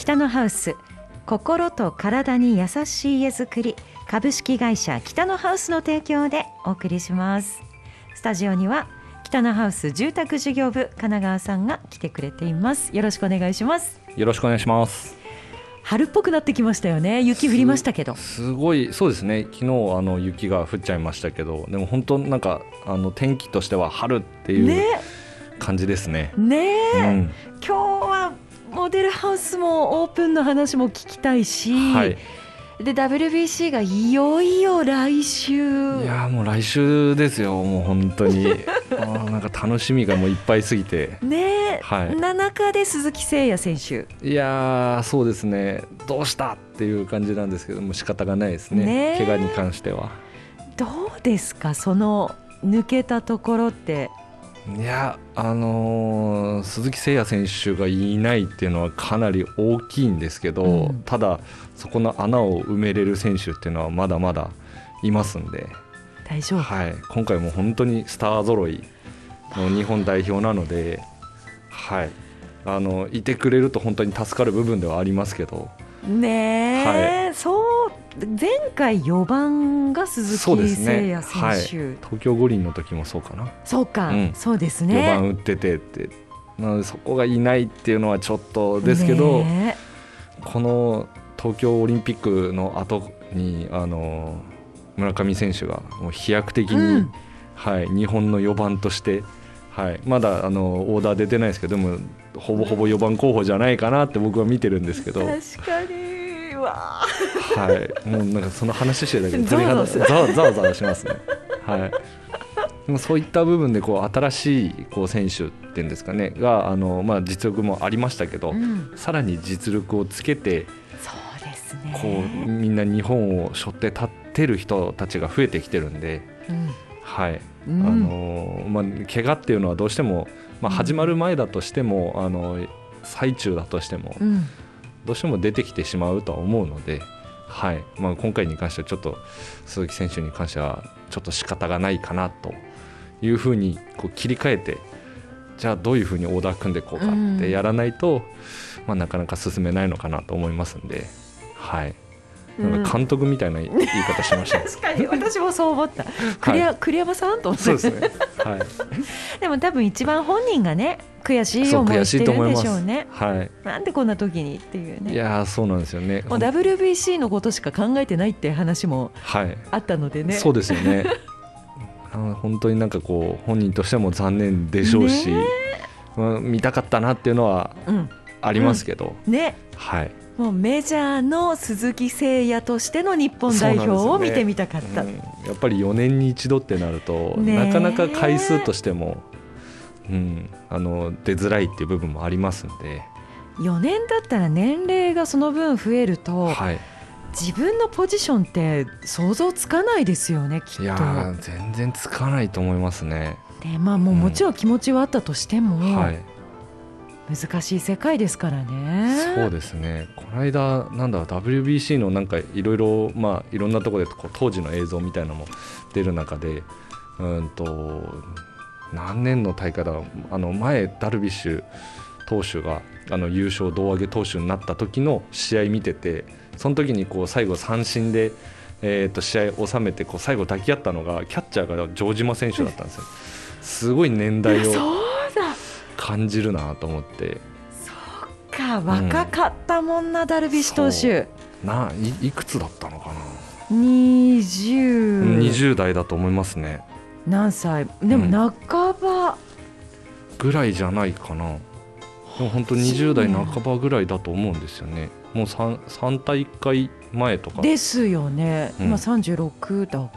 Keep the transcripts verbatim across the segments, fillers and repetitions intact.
北のハウス、心と体に優しい家づくり株式会社北のハウスの提供でお送りします。スタジオには北のハウス住宅事業部神奈川さんが来てくれています。よろしくお願いします。 よろしくお願いします。 春っぽくなってきましたよね。雪降りましたけどす, すごいそうですね。昨日あの雪が降っちゃいましたけど、でも本当なんかあの天気としては春っていう感じですね。 ねえ、うん、今日はモデルハウスもオープンの話も聞きたいし、はい、で ダブリュービーシー がいよいよ来週。 いやもう来週ですよ。もう本当にあなんか楽しみがもういっぱいすぎてね、はい、ななかで鈴木誠也選手、 いやそうですね、どうしたっていう感じなんですけども仕方がないです ね, ね怪我に関しては。 どうですか、その抜けたところって。 いやあのー、鈴木誠也選手がいないっていうのはかなり大きいんですけど、うん、ただそこの穴を埋めれる選手っていうのはまだまだいますんで大丈夫、 はい、今回も本当にスター揃いの日本代表なので、はい、あのいてくれると本当に助かる部分ではありますけどねえ、はい、そう前回よばんが鈴木誠也選手、ね、はい、 東京五輪の時もそうかな。 そうか、うん、そうですね、 よばん打っててってなのでそこがいないっていうのはちょっとですけど、ね、この東京オリンピックの後にあの村上選手がもう飛躍的に、うん、はい、日本のよばんとして、はい、まだあのオーダー出てないですけど、でもほぼほぼよばん候補じゃないかなって僕は見てるんですけど。 確かにわはい、もうなんかその話してるだけで鳥肌ざわざわざわしますね。はい、でもそういった部分でこう新しいこう選手っていうんですかねがあの、まあ、実力もありましたけど、うん、さらに実力をつけてそうですね、 こうみんな日本を背負って立ってる人たちが増えてきてるんで、うん、はい、うん、あのまあ、怪我っていうのはどうしても、まあ、始まる前だとしても、うん、あの最中だとしても、うん、どうしても出てきてしまうとは思うので、はい、まあ、今回に関してはちょっと鈴木選手に関してはちょっと仕方がないかなというふうにこう切り替えて、じゃあどういうふうにオーダー組んでいこうかってやらないと、うん、まあ、なかなか進めないのかなと思いますんで、はい、なんか監督みたいな言い方しました、うん、 確かに私もそう思った栗山、はい、栗山さんと思って。 そうですね、はい、 でも多分一番本人がね悔しい思いしてるんでしょうね。 はい、 なんでこんな時にっていうね。 いやそうなんですよね。 もう ダブリュービーシー のことしか考えてないって話もあったのでね、 はい、そうですよね本当になんかこう本人としても残念でしょうし、ね、まあ、見たかったなっていうのはありますけど、 うんうん、ね、 はい、 もうメジャーの鈴木誠也としての日本代表を見てみたかった、 ね、うん、やっぱりよねんに一度ってなると、なかなか回数としても、うん、あの出づらいっていう部分もありますんで、 よねんだったら年齢がその分増えると、はい、自分のポジションって想像つかないですよね、きっと。 いや全然つかないと思いますね。 で、まあ、もうもちろん気持ちはあったとしても、 うん、はい、 難しい世界ですからね。 そうですね。この間なんだ ダブリュービーシー のなんかいろいろ、まあ、いろんなところでこう当時の映像みたいなのも出る中で、うんと何年の大会だ、あの前ダルビッシュ投手があの優勝胴上げ投手になった時の試合見てて、その時にこう最後三振で、えー、と試合を収めてこう最後抱き合ったのがキャッチャーが城島選手だったんですよ。すごい年代を感じるなと思って。 そうか、若かったもんな、うん、ダルビッシュ投手な。 い, いくつだったのかな。 にじゅう、 にじゅう代だと思いますね。 何歳でも半ば、うん、 ぐらいじゃないかな。でも本当にじゅう代半ばぐらいだと思うんですよね。もう 3, 3大会前とかですよね、うん、今さんじゅうろくだから、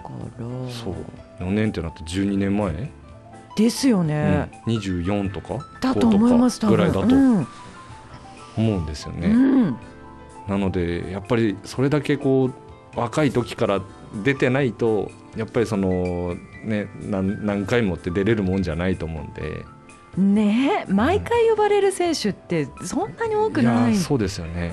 そうよねんってなってじゅうにねんまえですよね、 うん、にじゅうよんとかだと思います。 ぐらいだと思うんですよね、うん、なのでやっぱりそれだけこう若い時から出てないとやっぱりその、ね、何, 何回もって出れるもんじゃないと思うんでね、毎回呼ばれる選手ってそんなに多くない、うん、 いやそうですよね。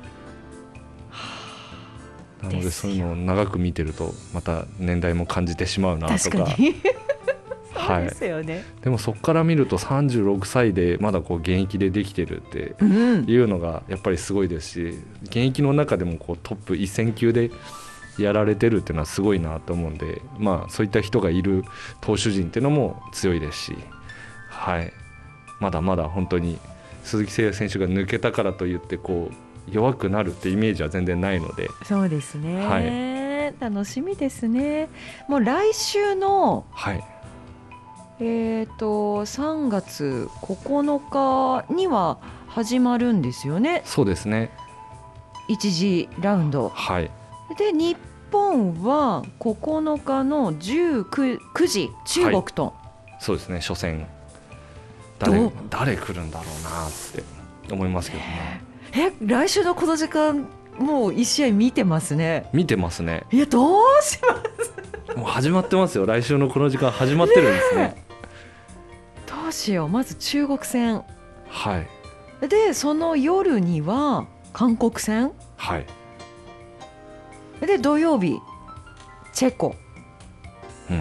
なのでそういうのを長く見てるとまた年代も感じてしまうなとか、 確かにそうですよね、はい、 でもそこから見るとさんじゅうろくさいでまだこう現役でできてるっていうのがやっぱりすごいですし、現役の中でもこうトップいっせん級でやられてるっていうのはすごいなと思うんで、まあ、そういった人がいる投手陣っていうのも強いですし、はい、まだまだ本当に鈴木誠也選手が抜けたからといってこう弱くなるってイメージは全然ないので。 そうですね、 はい、 楽しみですね。もう来週の、 はい、 えーとさんがつここのかには始まるんですよね。 そうですね、 いち次ラウンド、 はい、 で日本はここのかのじゅうくじ中国と、はい、 そうですね、初戦 誰, 誰来るんだろうなって思いますけどね。 え来週のこの時間もういち試合見てますね。 見てますね。 いやどうしますもう始まってますよ。来週のこの時間始まってるんですね。ねどうしよう。まず中国戦、 はい、 でその夜には韓国戦、 はい、 で土曜日チェコ、 うんうん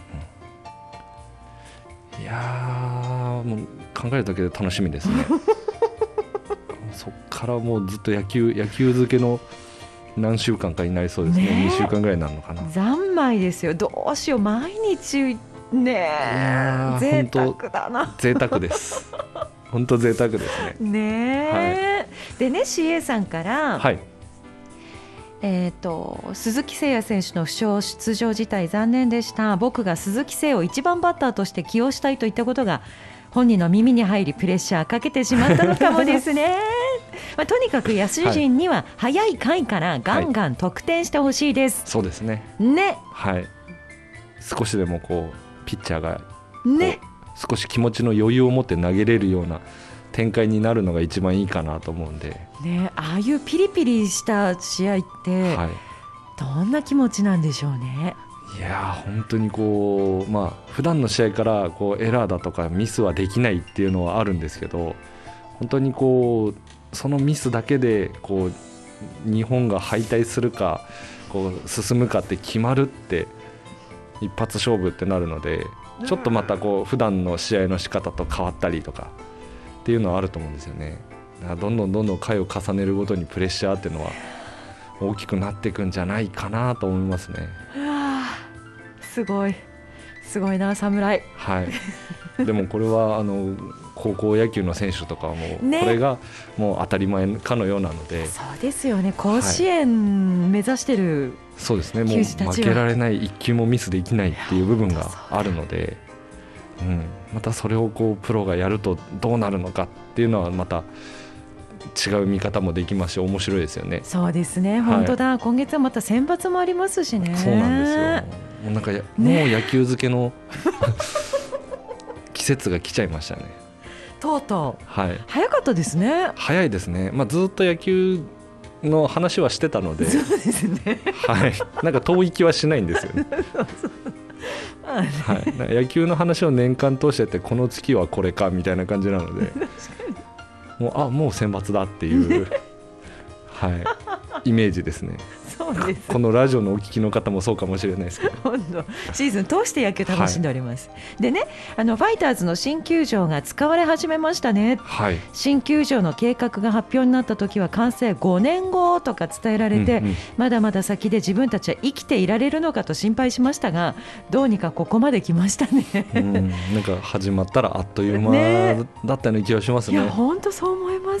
うん、いやーもう考えるだけで楽しみですね。そっからもうずっと野球野球漬けの何週間かになりそうです ね, ねにしゅうかんぐらいになるのかな。 三昧ですよ。どうしよう毎日ねえ贅沢だな。 贅沢です本当贅沢ですね。 ねえ、はい、でね シーエー さんから、 はい、 えー、と鈴木誠也選手の負傷出場自体残念でした。僕が鈴木誠也を一番バッターとして起用したいといったことが本人の耳に入りプレッシャーかけてしまったのかもですね。まあ、とにかく野手陣には早い回からガンガン得点してほしいです、 はい、そうですね。 ね、 はい、少しでもこうピッチャーがね少し気持ちの余裕を持って投げれるような展開になるのが一番いいかなと思うんで、 ね、ああいうピリピリした試合って、はい、どんな気持ちなんでしょうね。 いや本当にこう、まあ、普段の試合からこうエラーだとかミスはできないっていうのはあるんですけど、本当にこうそのミスだけでこう日本が敗退するかこう進むかって決まるって一発勝負ってなるので、ちょっとまたこう普段の試合の仕方と変わったりとかっていうのはあると思うんですよね。だからどんどんどんどん回を重ねるごとにプレッシャーっていうのは大きくなっていくんじゃないかなと思いますね。 すごいすごいな侍。 はい、でもこれはあの高校野球の選手とかはもうこれがもう当たり前かのようなので、ね、 そうですよね。甲子園目指してる、はい、 そうですね。もう負けられない、一球もミスできないっていう部分があるので、うん、またそれをこうプロがやるとどうなるのかっていうのはまた違う見方もできますし面白いですよね。 そうですね、本当だ、はい、今月はまた選抜もありますしね。 そうなんですよ。もうなんか、ね、もう野球漬けの季節が来ちゃいましたね。 とうとう、 はい、早かったですね。 早いですね、まあ、ずっと野球の話はしてたので、 そうですね、 はい、なんか遠い気はしないんですよね。はい、野球の話を年間通しててこの月はこれかみたいな感じなのでもうあもう選抜だっていう、はい、イメージですね。 そうです。 このラジオのお聞きの方もそうかもしれないですけど、 本当シーズン通して野球楽しんでおります、はい、でね、あのファイターズの新球場が使われ始めましたね、はい、新球場の計画が発表になった時は完成ごねんごとか伝えられて、うんうん、まだまだ先で自分たちは生きていられるのかと心配しましたが、どうにかここまで来ましたね。 うんなんか始まったらあっという間だったような気がしますね。 いや本当そう思います。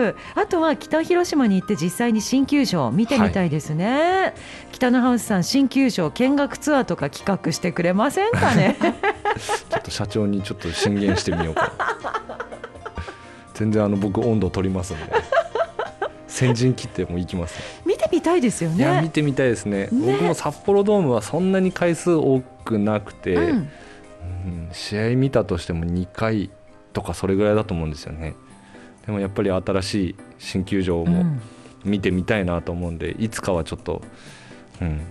あとは北広島に行って実際に新球場を見てみたいですね、はい、北のハウスさん新球場見学ツアーとか企画してくれませんかね。 ちょっと社長にちょっと進言してみようか。全然あの僕温度取りますんで先陣切っても行きます。 見てみたいですよね。 いや見てみたいですね。ね、僕も札幌ドームはそんなに回数多くなくて、うんうん、試合見たとしてもにかいとかそれぐらいだと思うんですよね。でもやっぱり新しい新球場も見てみたいなと思うんで、いつかはちょっと、うん、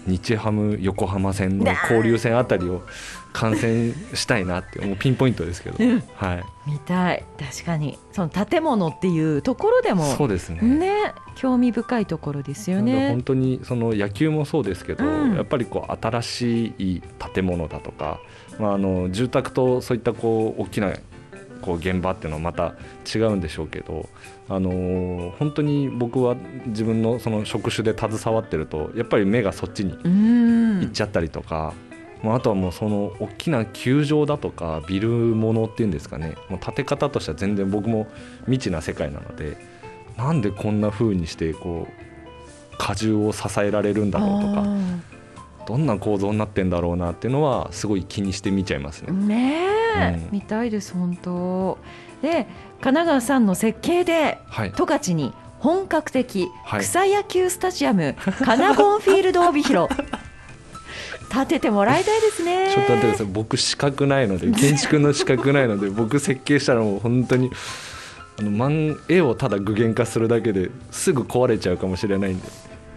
日ハム横浜戦の交流戦あたりを観戦したいなってもうピンポイントですけど、うん、はい、 見たい。確かにその建物っていうところでもそうですね、 ね、興味深いところですよね。 本当にその野球もそうですけど、うん、やっぱりこう新しい建物だとか、まあ、あの住宅とそういったこう大きなこう現場っていうのはまた違うんでしょうけど、あのー、本当に僕は自分のその職種で携わってるとやっぱり目がそっちに行っちゃったりとか、もうあとはもうその大きな球場だとかビルものっていうんですかね、もう建て方としては全然僕も未知な世界なので、なんでこんな風にしてこう荷重を支えられるんだろうとか、どんな構造になってんだろうなっていうのはすごい気にして見ちゃいますね。 ねえ、うん、見たいです本当で。神奈川さんの設計で十勝に本格的草野球スタジアム、はい、カナゴンフィールド帯広建ててもらいたいですね。 ちょっと待ってください、僕資格ないので、建築の資格ないので僕設計したらもう本当にあの漫絵をただ具現化するだけですぐ壊れちゃうかもしれないんで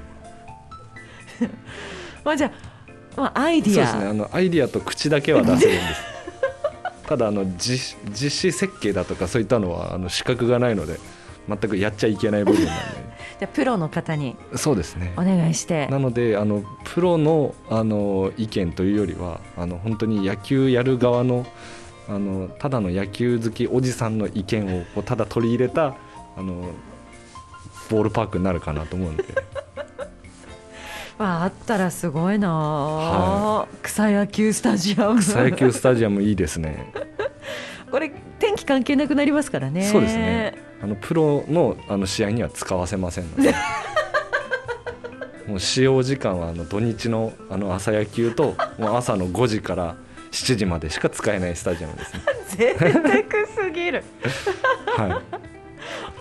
まあじゃあ、まあ、アイディアそうですね、あのアイディアと口だけは出せるんですただあの 実, 実施設計だとかそういったのはあの資格がないので全くやっちゃいけない部分なんでじゃあプロの方にそうですねお願いして、 なのであのプロ の, あの意見というよりはあの本当に野球やる側 の, あのただの野球好きおじさんの意見をこうただ取り入れたあのボールパークになるかなと思うんであったらすごいな、 はい、 草野球スタジアム草野球スタジアムいいですねこれ天気関係なくなりますからね。 そうですね、あのプロ の, あの試合には使わせませんのでもう使用時間はあの土日 の, あの朝野球ともう朝のごじからしちじまでしか使えないスタジアムですね贅沢すぎるはい、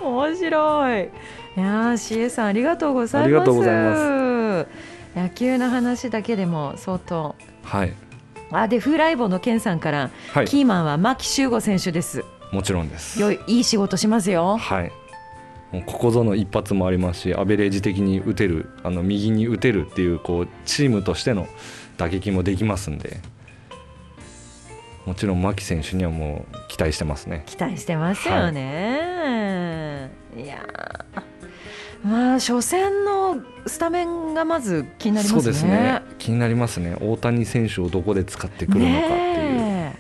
面白い。いや シーエー さんありがとうございます。 ありがとうございます。 野球の話だけでも相当、 はい、 あでフライボのケンさんから、はい、キーマンは牧秀悟選手です。 もちろんです。 よい、いい仕事しますよ。 はい、もうここぞの一発もありますし、アベレージ的に打てる、あの右に打てるっていう、こうチームとしての打撃もできますんで、もちろん牧選手にはもう期待してますね。 期待してますよね、はい、いやまあ初戦のスタメンがまず気になりますね。 そうですね、気になりますね。大谷選手をどこで使ってくるのかっていう、ね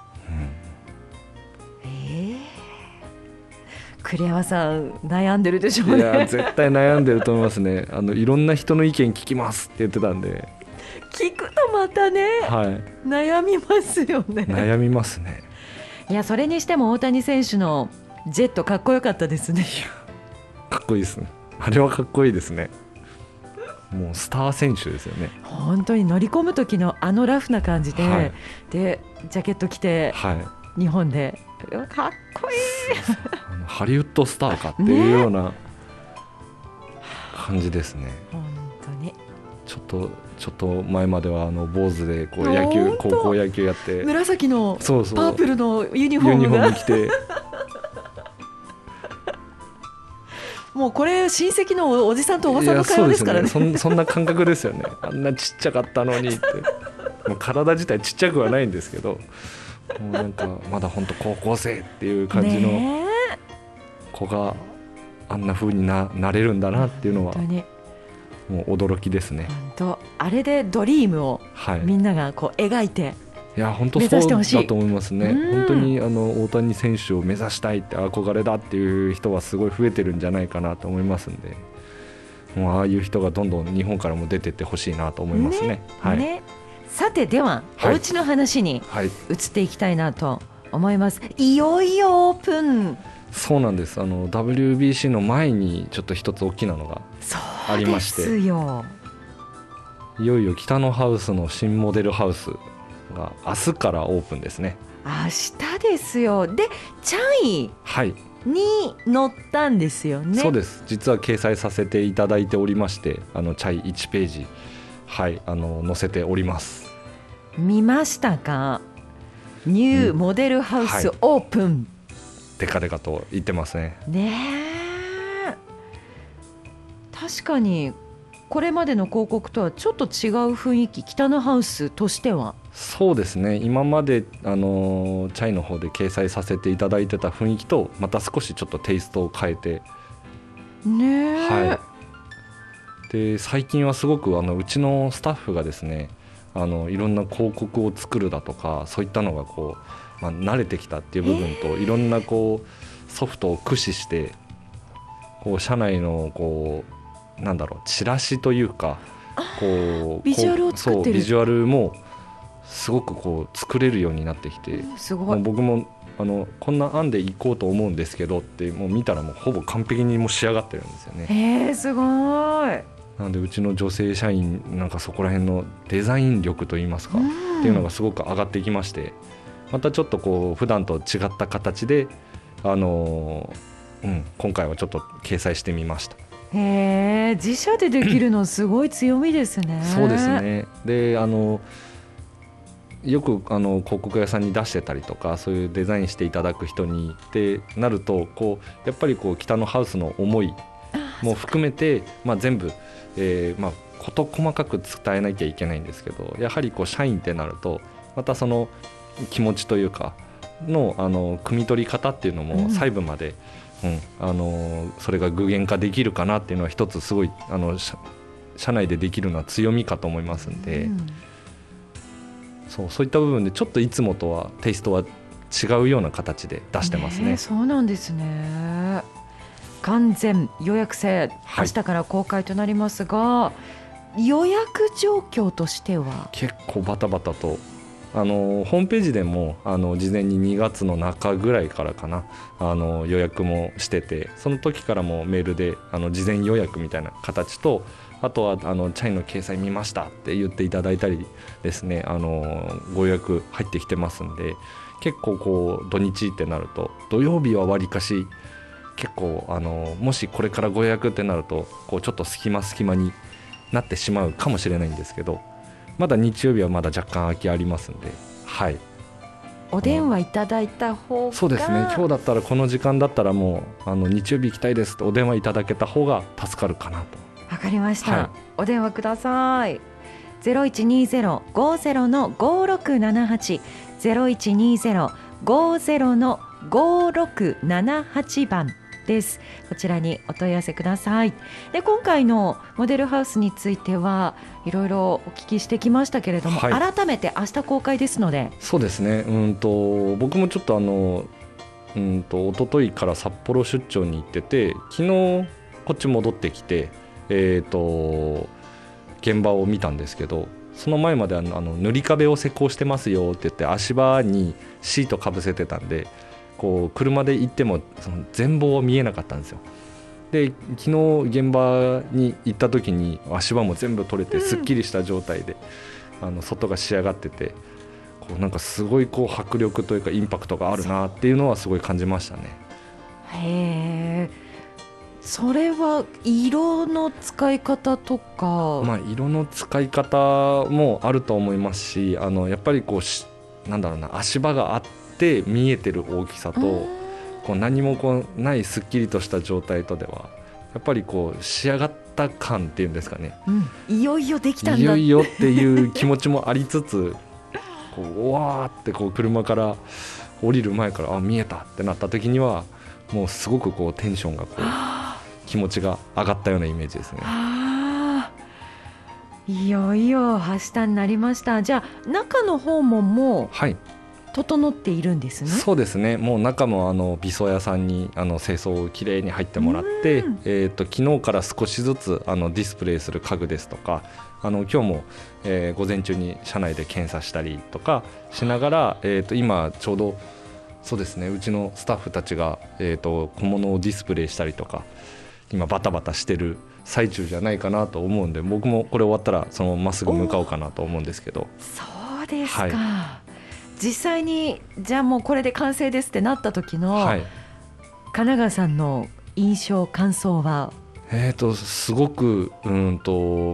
うんえー、栗山さん悩んでるでしょうね。 いや絶対悩んでると思いますね。あのいろんな人の意見聞きますって言ってたんで、 聞くとまたね、はい、悩みますよね。 悩みますね。 いやそれにしても大谷選手のジェットかっこよかったですね。いやかっこいいですね。あれはかっこいいですね。もうスター選手ですよね。 本当に乗り込む時のあのラフな感じで、はい、でジャケット着て、はい、日本でかっこいいあのハリウッドスターかっていうような感じですね。 本当にちょっとちょっと前まではあの坊主でこう野球高校野球やって紫のパープルのユニフォームがユニフォーム着てもうこれ親戚のおじさんとおばさんの会話ですからね。 そ, そんな感覚ですよね。あんなちっちゃかったのにってもう体自体ちっちゃくはないんですけど、もうなんかまだ本当高校生っていう感じの子があんな風に な, なれるんだなっていうのはもう驚きですね。 本当あれでドリームをみんながこう描いて、はい、 いや本当そうだと思いますね。本当にあの大谷選手を目指したいって憧れだっていう人はすごい増えてるんじゃないかなと思いますんで、もうああいう人がどんどん日本からも出てってほしいなと思いますね。ね、はいね、 さてでは、はい、お家の話に移っていきたいなと思います、はい、いよいよオープン。 そうなんです。あの ダブリュービーシー の前にちょっと一つ大きなのがありまして、 そうですよ。 いよいよ北のハウスの新モデルハウスが明日からオープンですね。 明日ですよ。でチャイに載ったんですよね、はい、 そうです。実は掲載させていただいておりまして、あのチャイいちページ、はい、あの載せております。 見ましたか？ニューモデルハウスオープン、うんはい、 デカデカと言ってますね。 ねえ、確かにこれまでの広告とはちょっと違う雰囲気、北のハウスとしては。 そうですね、今まであのチャイの方で掲載させていただいてた雰囲気とまた少しちょっとテイストを変えてねえ、 はい、で最近はすごくあのうちのスタッフがですね、あのいろんな広告を作るだとかそういったのがこう、まあ、慣れてきたっていう部分と、いろんなこうソフトを駆使してこう社内のこうなんだろうチラシというかこうビジュアルを作ってる。 そうビジュアルもすごくこう作れるようになってきて、 すごい。 もう僕もあのこんな案でいこうと思うんですけどってもう見たらもうほぼ完璧にもう仕上がってるんですよね。 えー、すごい。 なのでうちの女性社員なんかそこら辺のデザイン力といいますか、 うん、 っていうのがすごく上がってきまして、またちょっとこう普段と違った形で、あのーうん、今回はちょっと掲載してみました。 へえ、自社でできるのすごい強みですね。 そうですね。であのよくあの広告屋さんに出してたりとかそういうデザインしていただく人にってなるとこうやっぱりこう北のハウスの思いも含めて、まあ、全部、えーまあ、事細かく伝えなきゃいけないんですけど、やはりこう社員ってなるとまたその気持ちというかのあの汲み取り方っていうのも細部まで、うんうん、あのそれが具現化できるかなっていうのは一つすごいあの 社, 社内でできるのは強みかと思いますんで、うん、そう、そういった部分でちょっといつもとはテイストは違うような形で出してますね。 ね、そうなんですね。完全予約制、明日から公開となりますが、はい、予約状況としては結構バタバタとあのホームページでもあの事前ににがつの中ぐらいからかなあの予約もしてて、その時からもメールであの事前予約みたいな形と、あとはあのチャイの掲載見ましたって言っていただいたりですね、あのご予約入ってきてますんで、結構こう土日ってなると土曜日はわりかし結構あのもしこれからご予約ってなるとこうちょっと隙間隙間になってしまうかもしれないんですけど、まだ日曜日はまだ若干空きありますんで、はい、 お電話いただいた方が、 そうですね、今日だったらこの時間だったらもうあの日曜日行きたいですってお電話いただけた方が助かるかなと。 わかりました、 はい、 お電話ください。 ゼロいちにゼロ ごゼロ の ごろくななはち ゼロいちにゼロ ごゼロ の ごろくななはち番です。こちらにお問い合わせください。で、今回のモデルハウスについてはいろいろお聞きしてきましたけれども、はい、改めて明日公開ですので。 そうですね、うんと僕もちょっとあのうんと一昨日から札幌出張に行ってて、昨日こっち戻ってきて、えーと現場を見たんですけど、その前まであのあの塗り壁を施工してますよって言って足場にシートかぶせてたんで、こう車で行ってもその全貌は見えなかったんですよ。で昨日現場に行った時に足場も全部取れてすっきりした状態で、うん、あの外が仕上がってて、こうなんかすごいこう迫力というかインパクトがあるなっていうのはすごい感じましたね。 へー、それは色の使い方とか、 まあ、色の使い方もあると思いますし、あのやっぱりこうしなんだろうな足場があって見えてる大きさと、こう何もこうないすっきりとした状態とではやっぱりこう仕上がった感っていうんですかね、 うん、いよいよできたんだ、 いよいよっていう気持ちもありつつこううわーってこう車から降りる前からあ見えたってなった時にはもうすごくこうテンションがこう気持ちが上がったようなイメージですね。 あ、いよいよ明日になりました。じゃあ中の方ももう、はい、整っているんですね。 そうですね、もう中もあの美装屋さんにあの清掃をきれいに入ってもらって、えー、と昨日から少しずつあのディスプレイする家具ですとか、あの今日も、えー、午前中に社内で検査したりとかしながら、えー、と今ちょうどそうですね、うちのスタッフたちが、えー、と小物をディスプレイしたりとか今バタバタしてる最中じゃないかなと思うんで、僕もこれ終わったらそのまますぐ向かおうかなと思うんですけど。 そうですか、 はい、 実際にじゃあもうこれで完成ですってなった時の、はい、金永さんの印象感想は。 えーとすごくうんとまあ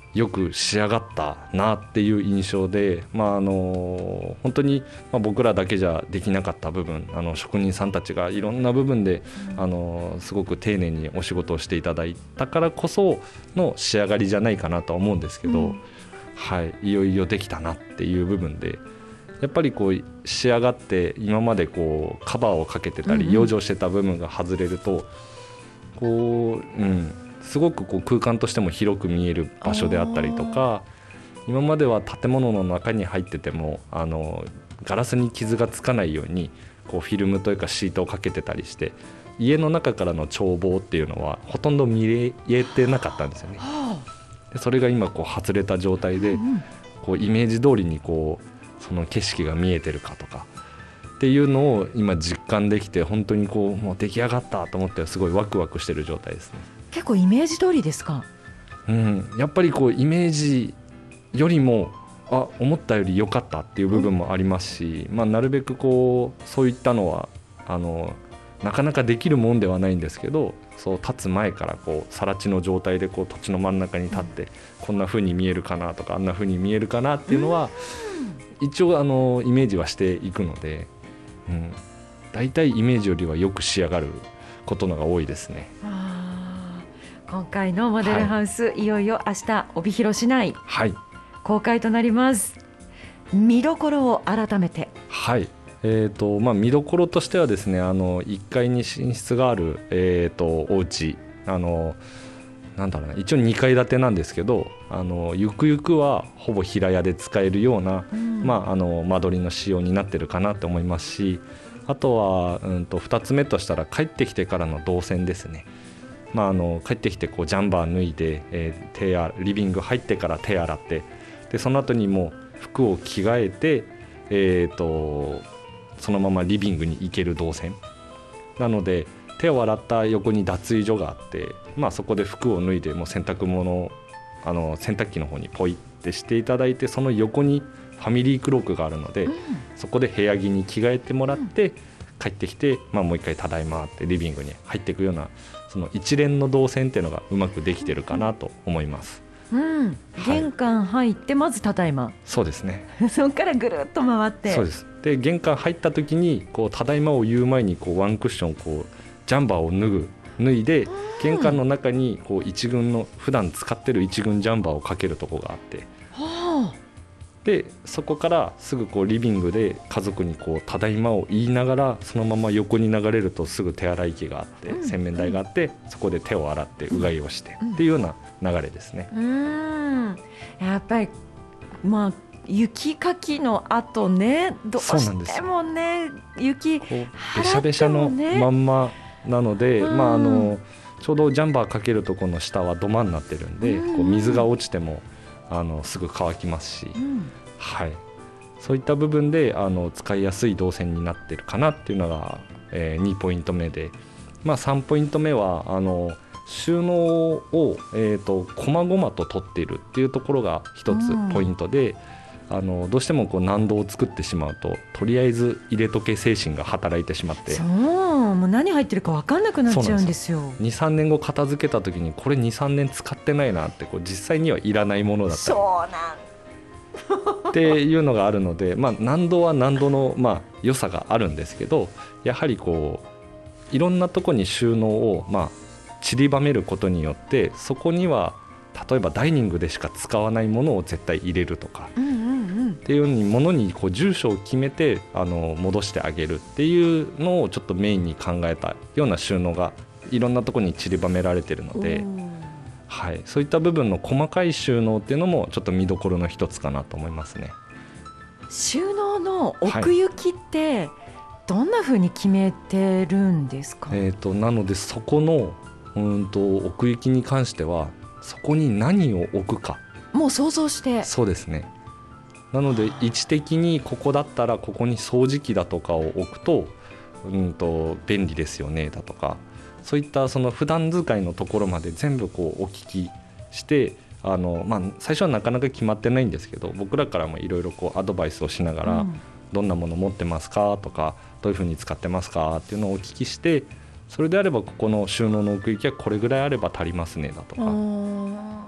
よく仕上がったなっていう印象で、まあ、あの本当に、まあ、僕らだけじゃできなかった部分、あの職人さんたちがいろんな部分で、あのすごく丁寧にお仕事をしていただいたからこその仕上がりじゃないかなとは思うんですけど、うん、はい、いよいよできたなっていう部分でやっぱりこう仕上がって今までこうカバーをかけてたり養生してた部分が外れるとこう、うん、すごくこう空間としても広く見える場所であったりとか、今までは建物の中に入っててもあのガラスに傷がつかないようにこうフィルムというかシートをかけてたりして家の中からの眺望っていうのはほとんど見えてなかったんですよね。でそれが今こう外れた状態でこうイメージ通りにこうその景色が見えてるかとかっていうのを今実感できて本当にこうもう出来上がったと思ってすごいワクワクしてる状態ですね。 結構イメージ通りですか？ うん、やっぱりこうイメージよりもあ思ったより良かったっていう部分もありますし、まあ、なるべくこうそういったのはあのなかなかできるもんではないんですけど、そう立つ前からこう更地の状態でこう土地の真ん中に立ってこんな風に見えるかなとかあんな風に見えるかなっていうのは一応あのイメージはしていくので、うん、だいたいイメージよりはよく仕上がることのが多いですね。 あ今回のモデルハウス、はい、いよいよ明日帯広市内、はい、公開となります。見どころを改めて。 はい、えーとまあ、見どころとしてはですね、あのいっかいに寝室がある、えーとお家あのなんだろうな一応にかい建てなんですけど、あのゆくゆくはほぼ平屋で使えるような、うんまあ、あの間取りの仕様になってるかなと思いますし、あとは、うん、とふたつめとしたら帰ってきてからの動線ですね。まあ、あの帰ってきてこうジャンバー脱いで、えー、手やリビング入ってから手洗ってでその後にもう服を着替えて、えー、とそのままリビングに行ける動線なので、手を洗った横に脱衣所があって、まあ、そこで服を脱いでもう洗濯物をあの洗濯機の方にポイってしていただいて、その横にファミリークロークがあるので、うん、そこで部屋着に着替えてもらって、うん、帰ってきて、まあ、もう一回ただいまってリビングに入っていくようなその一連の動線っていうのがうまくできてるかなと思います。 うん、玄関入ってまずただいま、 そうですねそこからぐるっと回って、 そうです。で玄関入った時にこうただいまを言う前にこうワンクッションこうジャンバーを脱ぐ脱いで、玄関の中にこう一軍の普段使ってる一軍ジャンバーをかけるとこがあって、はあ、でそこからすぐこうリビングで家族にこうただいまを言いながらそのまま横に流れるとすぐ手洗い機があって、うん、洗面台があって、うん、そこで手を洗ってうがいをして、うん、っていうような流れですね。 うーんやっぱりまあ雪かきの後ね、どうしてもね雪べしゃべしゃのまんまなので、うんまあ、あのちょうどジャンバーかけるとこの下は土間になってるんで、うん、こう水が落ちてもあのすぐ乾きますし、うんはい、そういった部分であの使いやすい動線になってるかなっていうのが、えー、にポイント目で、まあ、さんポイント目はあの収納を、えーと、細々と取っているっていうところが一つポイントで、うん、あのどうしてもこう難度を作ってしまうととりあえず入れとけ精神が働いてしまって、 そうもう何入ってるか分かんなくなっちゃうんですよ。 にさんねんご片付けた時にこれにさんねん使ってないなってこう実際にはいらないものだったりそうなんっていうのがあるので、まあ、難度は難度の、まあ、良さがあるんですけど、やはりこういろんなとこに収納を、まあ、散りばめることによってそこには例えばダイニングでしか使わないものを絶対入れるとか、うんうんうん、っていうようにものにこう住所を決めてあの戻してあげるっていうのをちょっとメインに考えたような収納がいろんなところに散りばめられているので、はい、そういった部分の細かい収納っていうのもちょっと見どころの一つかなと思いますね。 収納の奥行きってどんな風に決めてるんですか？ はいえーと、なのでそこのうんと奥行きに関してはそこに何を置くかもう想像して。 そうですね。なので位置的にここだったらここに掃除機だとかを置くと、うんと便利ですよねだとか、そういったその普段使いのところまで全部こうお聞きしてあの、まあ、最初はなかなか決まってないんですけど僕らからもいろいろアドバイスをしながら、うん、どんなもの持ってますかとかどういうふうに使ってますかっていうのをお聞きして、それであればここの収納の奥行きはこれぐらいあれば足りますねだとか、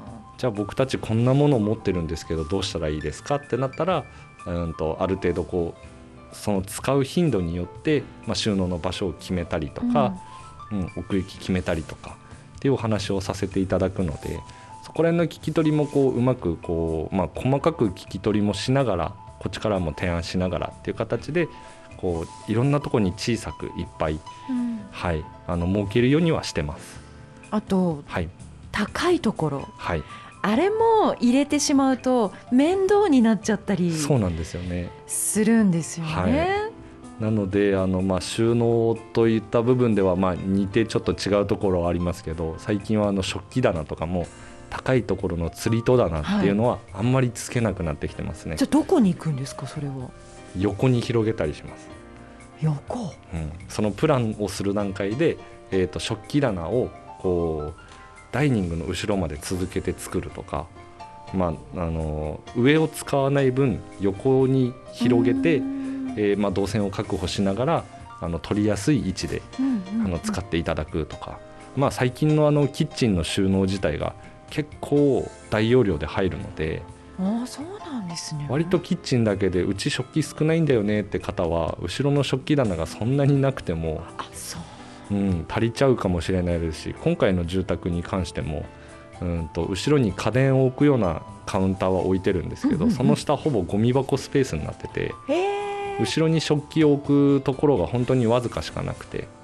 じゃあ僕たちこんなものを持ってるんですけどどうしたらいいですかってなったら、うんとある程度こうその使う頻度によって、まあ、収納の場所を決めたりとか、うんうん、奥行き決めたりとかっていうお話をさせていただくので、そこら辺の聞き取りもこううまくこう、まあ、細かく聞き取りもしながらこっちからも提案しながらっていう形でこういろんなところに小さくいっぱい、うん、はい、あの設けるようにはしてます。 あと、はい、高いところ、 はい、 あれも入れてしまうと面倒になっちゃったりそうなんですよねするんですよね。はい、 なのであの、まあ、収納といった部分ではまあ似てちょっと違うところはありますけど、最近はあの食器棚とかも高いところの釣り戸棚っていうのはあんまりつけなくなってきてますね。はい、 じゃあどこに行くんですかそれは。 横に広げたりします。 横、 うん、そのプランをする段階で、えーと、食器棚をこうダイニングの後ろまで続けて作るとか、まあ、あの上を使わない分横に広げて、えーまあ、動線を確保しながらあの取りやすい位置で、うんうんうん、あの使っていただくとか、まあ、最近のあのキッチンの収納自体が結構大容量で入るので、 あ、そうなんですね。 割とキッチンだけでうち食器少ないんだよねって方は後ろの食器棚がそんなになくても、 あ、そう、 うん、足りちゃうかもしれないですし、今回の住宅に関してもうんと後ろに家電を置くようなカウンターは置いてるんですけど、うんうんうん、その下ほぼゴミ箱スペースになってて、後ろに食器を置くところが本当にわずかしかなくて、うん、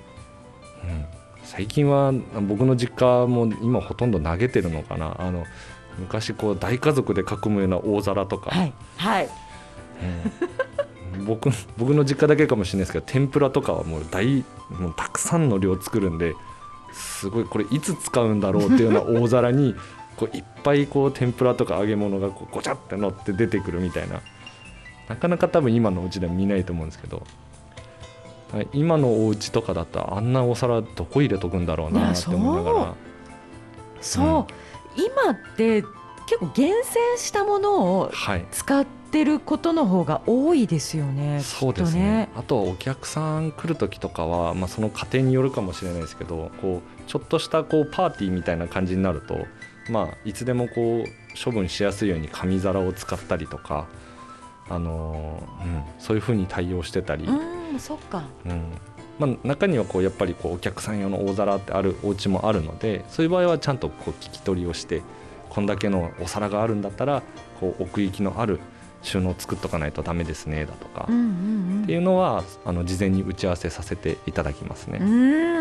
最近は僕の実家も今ほとんど投げてるのかな。あの昔こう大家族で囲むような大皿とか、 はいはい、 うん、僕, 僕の実家だけかもしれないですけど、天ぷらとかはもう大もうたくさんの量作るんで、すごいこれいつ使うんだろうっていうような大皿にこういっぱいこう天ぷらとか揚げ物がこうごちゃって乗って出てくるみたいな、なかなか多分今のお家では見ないと思うんですけど、今のお家とかだったらあんなお皿どこ入れとくんだろうなって思いながら、 そう、そう、うん、今って結構厳選したものを使ってることの方が多いですよね。はい、 そうですね。あとはお客さん来る時とかは、まあ、その家庭によるかもしれないですけど、こうちょっとしたこうパーティーみたいな感じになると、まあ、いつでもこう処分しやすいように紙皿を使ったりとか、あのーうん、そういう風に対応してたり、 うん、そっか、 うんまあ、中にはこうやっぱりこうお客さん用の大皿ってあるお家もあるので、そういう場合はちゃんとこう聞き取りをして、こんだけのお皿があるんだったらこう奥行きのある収納を作っとかないとダメですねだとか、うんうんうん、っていうのはあの事前に打ち合わせさせていただきますね。 うん、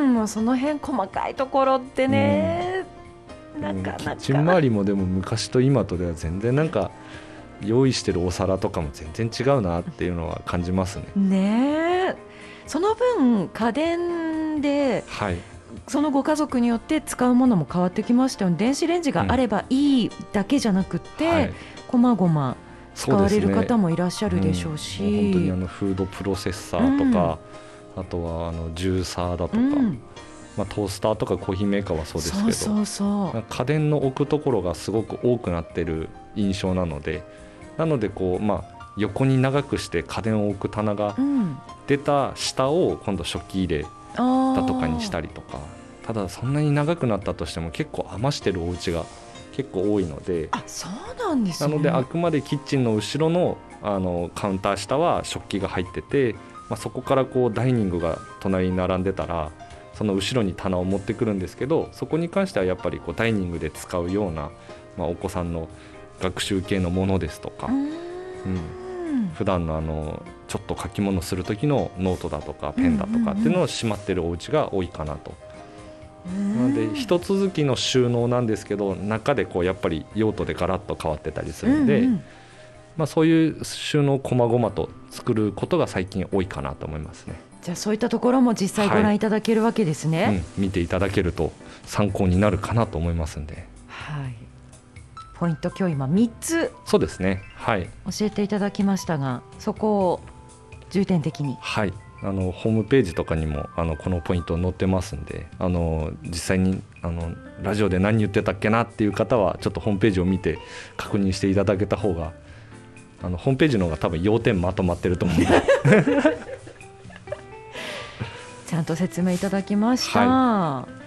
もうその辺細かいところってね、うん、なかなかキッチン周りもでも昔と今とでは全然なんか用意してるお皿とかも全然違うなっていうのは感じますね。 ねえ、その分家電で、はい、そのご家族によって使うものも変わってきましたよね。電子レンジがあればいいだけじゃなくて、うんはい、こまごま使われる方もいらっしゃるでしょうし、 うん、本当にあのフードプロセッサーとか、うん、あとはあのジューサーだとか、うんまあ、トースターとかコーヒーメーカーはそうですけど、 そうそうそう、 家電の置くところがすごく多くなってる印象なので、なのでこう、まあ、横に長くして家電を置く棚が出た下を今度食器入れだとかにしたりとか、ただそんなに長くなったとしても結構余してるお家が結構多いので、 あ、そうなんですね。 なのであくまでキッチンの後ろ の, あのカウンター下は食器が入ってて、まあ、そこからこうダイニングが隣に並んでたらその後ろに棚を持ってくるんですけど、そこに関してはやっぱりこうダイニングで使うような、まあ、お子さんの学習系のものですとか、うん、普段のあのちょっと書き物する時のノートだとかペンだとかっていうのをしまってるお家が多いかなと。なので一続きの収納なんですけど、中でこうやっぱり用途でガラッと変わってたりするんで、うんうんまあ、そういう収納をこまごまと作ることが最近多いかなと思いますね。 じゃあそういったところも実際ご覧いただけるわけですね。 はいうん、見ていただけると参考になるかなと思いますんで、 はい、ポイント今日今みっつそうですね、はい、 教えていただきましたが、そこを重点的に、 はい、あのホームページとかにもあのこのポイント載ってますんで、あの実際にあのラジオで何言ってたっけなっていう方はちょっとホームページを見て確認していただけた方が、あのホームページの方が多分要点まとまってると思うのでちゃんと説明いただきました。は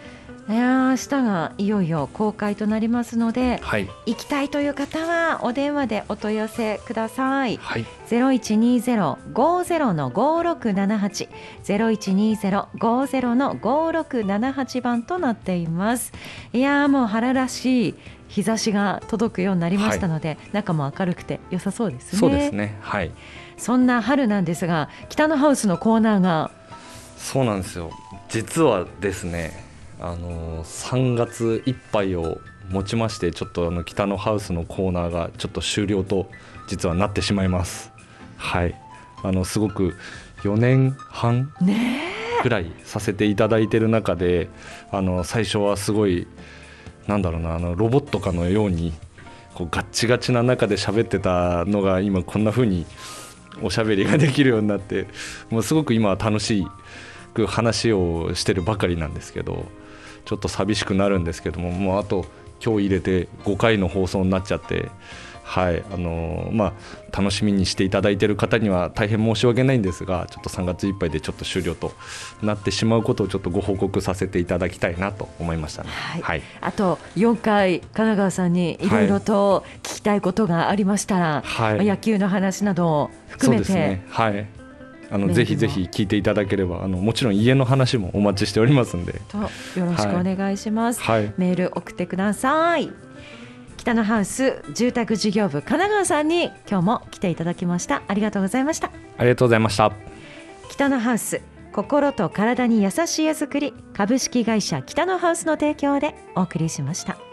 いや明日がいよいよ公開となりますので、 はい、 行きたいという方はお電話でお問い合わせください、 はい、 ゼロいちにゼロ ごゼロ ごろくななはち ゼロいちにゼロ ごゼロ ごろくななはち番となっています。いやもう春らしい日差しが届くようになりましたので、はい、中も明るくて良さそうですね。 そうですね、はい、 そんな春なんですが、北のハウスのコーナーが。 そうなんですよ、実はですね、あのさんがついっぱいをもちまして、ちょっとあの北のハウスのコーナーがちょっと終了と実はなってしまいます。はい、あのすごくよねんはんくらいさせていただいている中で、あの最初はすごいなんだろうな、あのロボットかのようにこうガッチガチな中で喋ってたのが、今こんな風におしゃべりができるようになって、もうすごく今は楽しく話をしてるばかりなんですけど、ちょっと寂しくなるんですけども、もうあと今日入れてごかいの放送になっちゃって、はい、あのーまあ、楽しみにしていただいている方には大変申し訳ないんですが、ちょっとさんがついっぱいでちょっと終了となってしまうことをちょっとご報告させていただきたいなと思いましたね。 はいはい、あとよんかい神奈川さんにいろいろと聞きたいことがありましたら、はい、野球の話などを含めて、そうですね、はい、 あのぜひぜひ聞いていただければ、あのもちろん家の話もお待ちしておりますので、 とよろしくお願いします、 はい、 メール送ってください。北のハウス住宅事業部神奈川さんに今日も来ていただきました。ありがとうございました。 ありがとうございました。 北のハウス、心と体に優しい家づくり、株式会社北のハウスの提供でお送りしました。